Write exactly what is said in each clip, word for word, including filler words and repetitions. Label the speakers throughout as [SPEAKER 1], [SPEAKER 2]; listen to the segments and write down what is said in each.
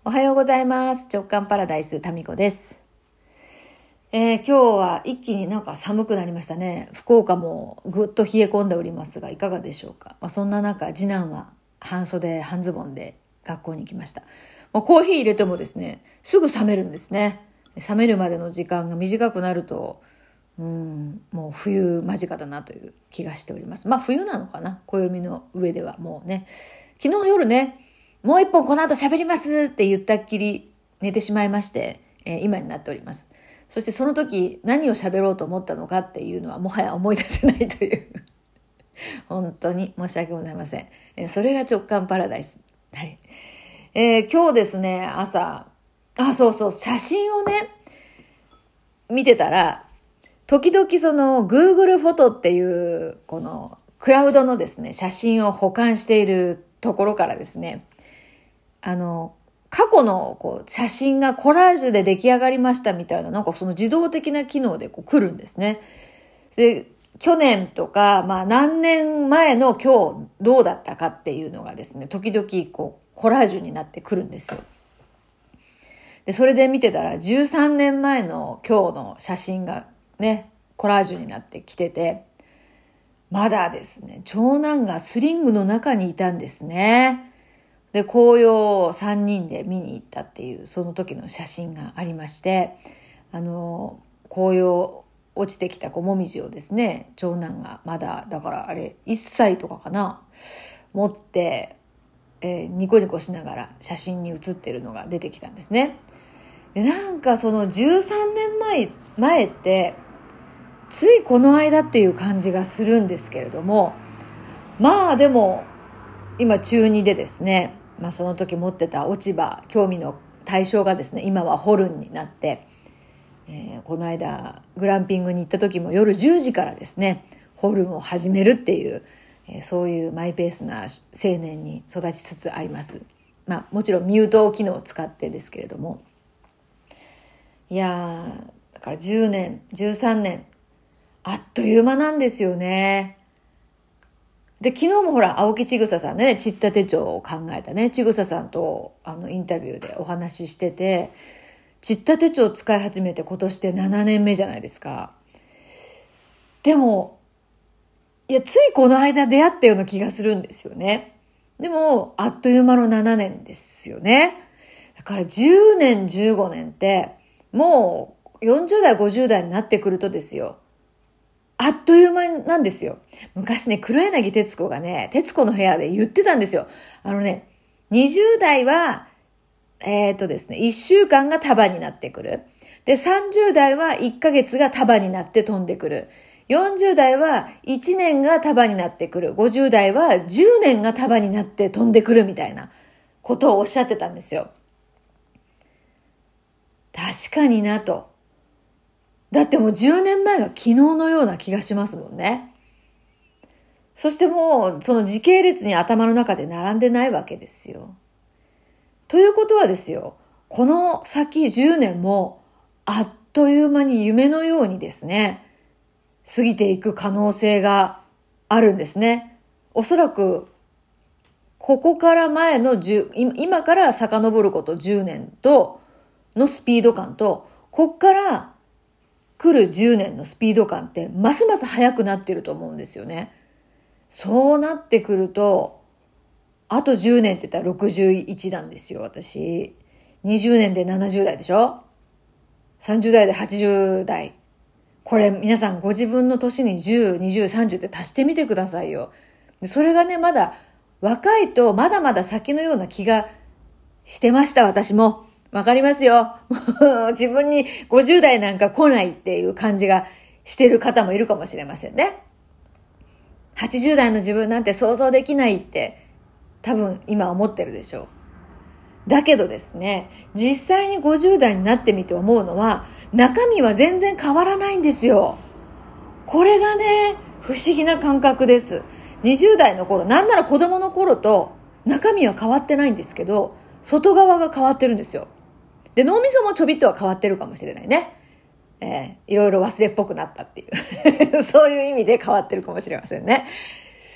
[SPEAKER 1] おはようございます。直感パラダイスタミコです。えー、今日は一気になんか寒くなりましたね。福岡もぐっと冷え込んでおりますが、いかがでしょうか。まあ、そんな中、次男は半袖半ズボンで学校に行きました。もうコーヒー入れてもですね、すぐ冷めるんですね。冷めるまでの時間が短くなると、うーん、もう冬間近だなという気がしております。まあ冬なのかな、暦の上ではもうね。昨日夜ね、もう一本この後喋りますって言ったっきり寝てしまいまして、えー、今になっております。そしてその時何を喋ろうと思ったのかっていうのはもはや思い出せないという本当に申し訳ございません。えー、それが直感パラダイス。はい。えー、今日ですね、朝、あ、そうそう、写真をね、見てたら、時々その Google フォトっていうこのクラウドのですね、写真を保管しているところからですね、あの、過去のこう写真がコラージュで出来上がりましたみたいな、なんかその自動的な機能でこう来るんですね。で、去年とか、まあ何年前の今日どうだったかっていうのがですね、時々こうコラージュになってくるんですよ。で、それで見てたらじゅうさんねんまえの今日の写真がね、コラージュになってきてて、まだですね、長男がスリングの中にいたんですね。で、紅葉をさんにんで見に行ったっていう、その時の写真がありまして、あの、紅葉落ちてきたこうもみじをですね、長男がまだ、だからあれ、いっさいとかかな、持って、えー、ニコニコしながら写真に写ってるのが出てきたんですね。で、なんかそのじゅうさんねんまえ、前って、ついこの間っていう感じがするんですけれども、まあでも、今中にでですね、まあその時持ってた落ち葉、興味の対象がですね、今はホルンになって、えー、この間グランピングに行った時も夜じゅうじからですね、ホルンを始めるっていう、えー、そういうマイペースな青年に育ちつつあります。まあもちろんミュート機能を使ってですけれども。いやー、だからじゅうねん、じゅうさんねん、あっという間なんですよね。で、昨日もほら、青木千草さんね、ちった手帳を考えたね、千草さんとあのインタビューでお話ししてて、ちった手帳を使い始めて今年でななねんめじゃないですか。でも、いや、ついこの間出会ったような気がするんですよね。でも、あっという間のななねんですよね。だからじゅうねん、じゅうごねんって、もうよんじゅう代、ごじゅう代になってくるとですよ。あっという間なんですよ。昔ね、黒柳徹子がね、徹子の部屋で言ってたんですよ。あのね、にじゅう代は、えっとですね、いっしゅうかんが束になってくる。で、さんじゅう代はいっかげつが束になって飛んでくる。よんじゅう代はいちねんが束になってくる。ごじゅう代はじゅうねんが束になって飛んでくるみたいなことをおっしゃってたんですよ。確かになと。だってもうじゅうねんまえが昨日のような気がしますもんね。そしてもうその時系列に頭の中で並んでないわけですよ。ということはですよ、この先じゅうねんもあっという間に夢のようにですね、過ぎていく可能性があるんですね。おそらくここから前のじゅう、今から遡ることじゅうねんとのスピード感と、こっから来るじゅうねんのスピード感ってますます速くなってると思うんですよね。そうなってくると、あとじゅうねんって言ったらろくじゅういちなんですよ、私。にじゅうねんでななじゅう代でしょ ?さんじゅう 代ではちじゅう代。これ皆さんご自分の年にじゅう、にじゅう、さんじゅうって足してみてくださいよ。それがね、まだ若いとまだまだ先のような気がしてました、私も。わかりますよ。自分にごじゅう代なんか来ないっていう感じがしてる方もいるかもしれませんね。はちじゅう代の自分なんて想像できないって多分今思ってるでしょう。だけどですね、実際にごじゅう代になってみて思うのは、中身は全然変わらないんですよ。これがね、不思議な感覚です。にじゅう代の頃、なんなら子供の頃と中身は変わってないんですけど、外側が変わってるんですよ。で、脳みそもちょびっとは変わってるかもしれないね。えー、いろいろ忘れっぽくなったっていう。そういう意味で変わってるかもしれませんね。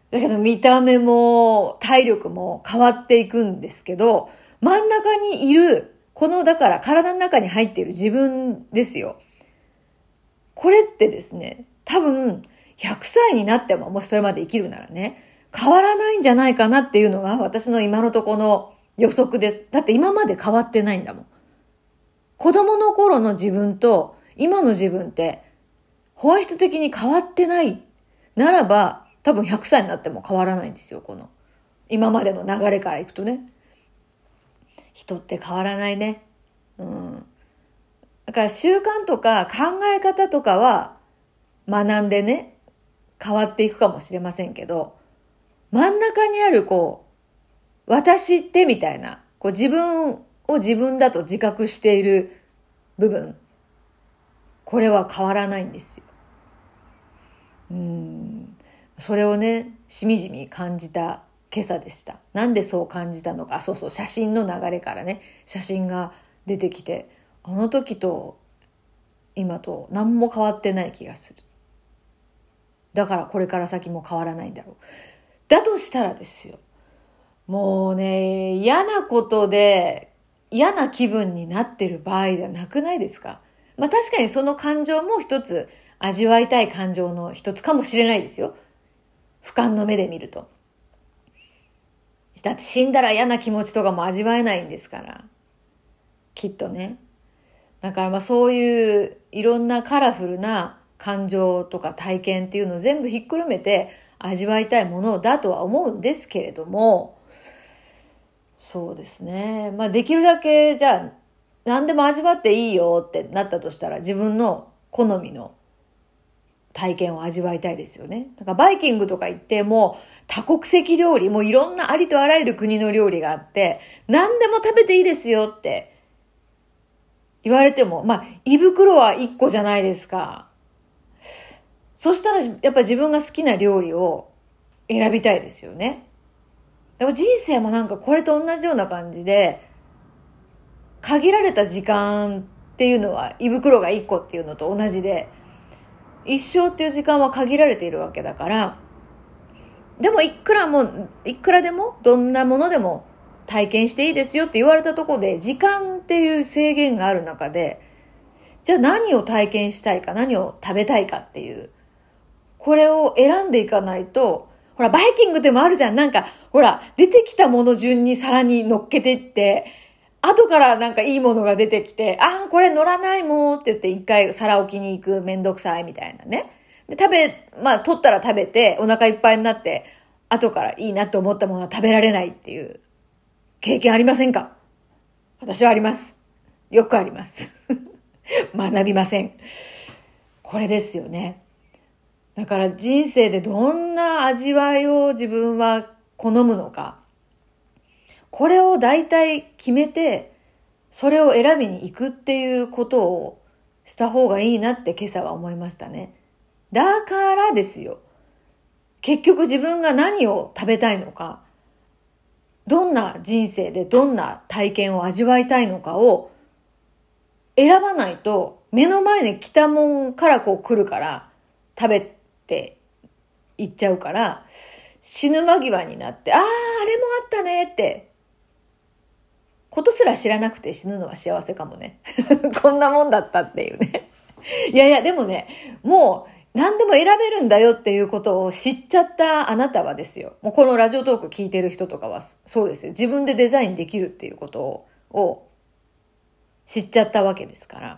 [SPEAKER 1] だけど見た目も体力も変わっていくんですけど、真ん中にいる、このだから体の中に入っている自分ですよ。これってですね、多分ひゃくさいになっても、もしそれまで生きるならね、変わらないんじゃないかなっていうのが私の今のところの予測です。だって今まで変わってないんだもん。子供の頃の自分と今の自分って本質的に変わってないならば、多分ひゃくさいになっても変わらないんですよ。この今までの流れからいくとね。人って変わらないね。うん。だから習慣とか考え方とかは学んでね、変わっていくかもしれませんけど、真ん中にあるこう、私ってみたいな、こう自分を自分だと自覚している部分、これは変わらないんですよ。うーん。それをね、しみじみ感じた今朝でした。なんでそう感じたのか。あ、そうそう、写真の流れからね、写真が出てきて、あの時と今と何も変わってない気がする。だからこれから先も変わらないんだろう。だとしたらですよ。もうね、嫌なことで嫌な気分になってる場合じゃなくないですか。まあ確かにその感情も一つ味わいたい感情の一つかもしれないですよ。俯瞰の目で見ると。だって死んだら嫌な気持ちとかも味わえないんですから。きっとね。だからまあそういういろんなカラフルな感情とか体験っていうのを全部ひっくるめて味わいたいものだとは思うんですけれども、そうですね。まあできるだけじゃあ何でも味わっていいよってなったとしたら自分の好みの体験を味わいたいですよね。だからバイキングとか行っても多国籍料理、もういろんなありとあらゆる国の料理があって何でも食べていいですよって言われても、まあ胃袋はいっこじゃないですか。そしたらやっぱり自分が好きな料理を選びたいですよね。でも人生もなんかこれと同じような感じで、限られた時間っていうのは胃袋がいっこっていうのと同じで、一生っていう時間は限られているわけだから、でもいくらも、いくらでもどんなものでも体験していいですよって言われたところで、時間っていう制限がある中で、じゃあ何を体験したいか、何を食べたいかっていう、これを選んでいかないと、ほら、バイキングでもあるじゃん。なんか、ほら、出てきたもの順に皿に乗っけていって、後からなんかいいものが出てきて、ああ、これ乗らないもんって言って一回皿置きに行くめんどくさいみたいなね。で、食べ、まあ、取ったら食べて、お腹いっぱいになって、後からいいなと思ったものは食べられないっていう経験ありませんか？私はあります。よくあります。学びません。これですよね。だから人生でどんな味わいを自分は好むのか。これを大体決めて、それを選びに行くっていうことをした方がいいなって今朝は思いましたね。だからですよ。結局自分が何を食べたいのか、どんな人生でどんな体験を味わいたいのかを選ばないと、目の前に来たもんからこう来るから食べていっちゃうから、死ぬ間際になって、ああ、あれもあったねってことすら知らなくて死ぬのは幸せかもね。こんなもんだったっていうね。いやいや、でもね、もう何でも選べるんだよっていうことを知っちゃったあなたはですよ。もうこのラジオトーク聞いてる人とかはそうですよ。自分でデザインできるっていうことを、を知っちゃったわけですから。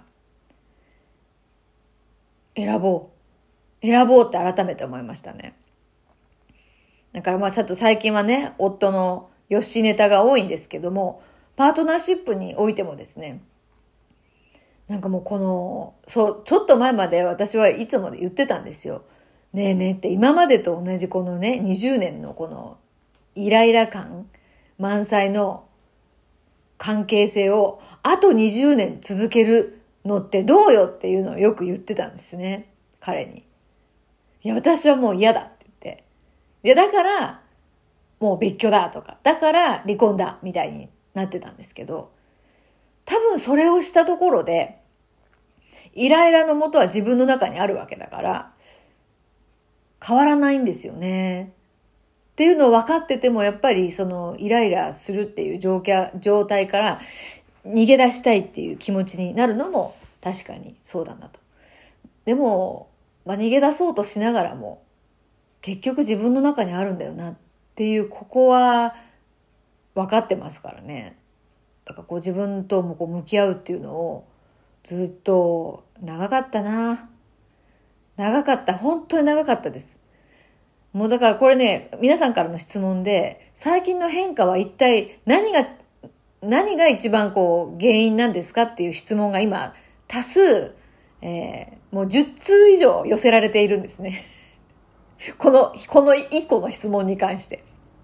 [SPEAKER 1] 選ぼう。選ぼうって改めて思いましたね。だからまあ、さと最近はね、夫のよしネタが多いんですけども、パートナーシップにおいてもですね、なんかもうこの、そう、ちょっと前まで私はいつも言ってたんですよ。ねえねえって今までと同じこのね、にじゅうねんのこのイライラ感満載の関係性をあとにじゅうねん続けるのってどうよっていうのをよく言ってたんですね。彼に。いや、私はもう嫌だって言って。いや、だから、もう別居だとか、だから離婚だみたいになってたんですけど、多分それをしたところで、イライラの元は自分の中にあるわけだから、変わらないんですよね。 っていうのを分かってても、やっぱりそのイライラするっていう状況、状態から逃げ出したいっていう気持ちになるのも確かにそうだなと。でも、まあ、逃げ出そうとしながらも、結局自分の中にあるんだよなっていう、ここは分かってますからね。だからこう自分ともこう向き合うっていうのをずっと長かったな。長かった。本当に長かったです。もうだからこれね、皆さんからの質問で、最近の変化は一体何が、何が一番こう原因なんですかっていう質問が今多数、えー、もうじゅっつう以上寄せられているんですね。この、このいっこの質問に関して。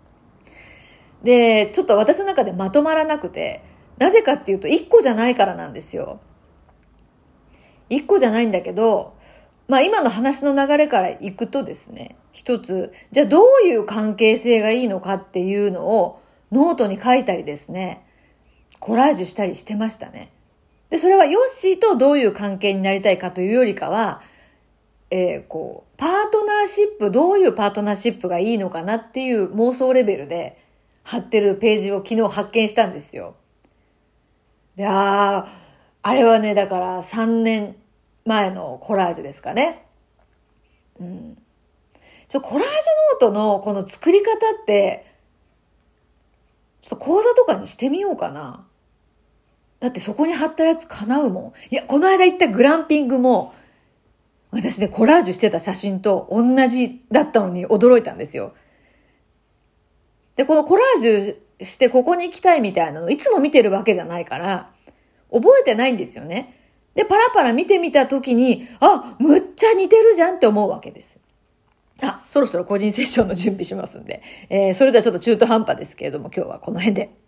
[SPEAKER 1] で、ちょっと私の中でまとまらなくて、なぜかっていうといっこじゃないからなんですよ。いっこじゃないんだけど、まあ今の話の流れからいくとですね、一つ、じゃあどういう関係性がいいのかっていうのをノートに書いたりですね、コラージュしたりしてましたね。で、それはヨッシーとどういう関係になりたいかというよりかは、えー、こう、パートナーシップ、どういうパートナーシップがいいのかなっていう妄想レベルで貼ってるページを昨日発見したんですよ。で、ああ、あれはね、だからさんねんまえのコラージュですかね。うん。ちょ、コラージュノートのこの作り方って、ちょっと講座とかにしてみようかな。だってそこに貼ったやつ叶うもん。いや、この間行ったグランピングも、私ね、コラージュしてた写真と同じだったのに驚いたんですよ。で、このコラージュしてここに行きたいみたいなのいつも見てるわけじゃないから、覚えてないんですよね。で、パラパラ見てみたときに、あ、むっちゃ似てるじゃんって思うわけです。あ、そろそろ個人セッションの準備しますんで、えー、それではちょっと中途半端ですけれども、今日はこの辺で。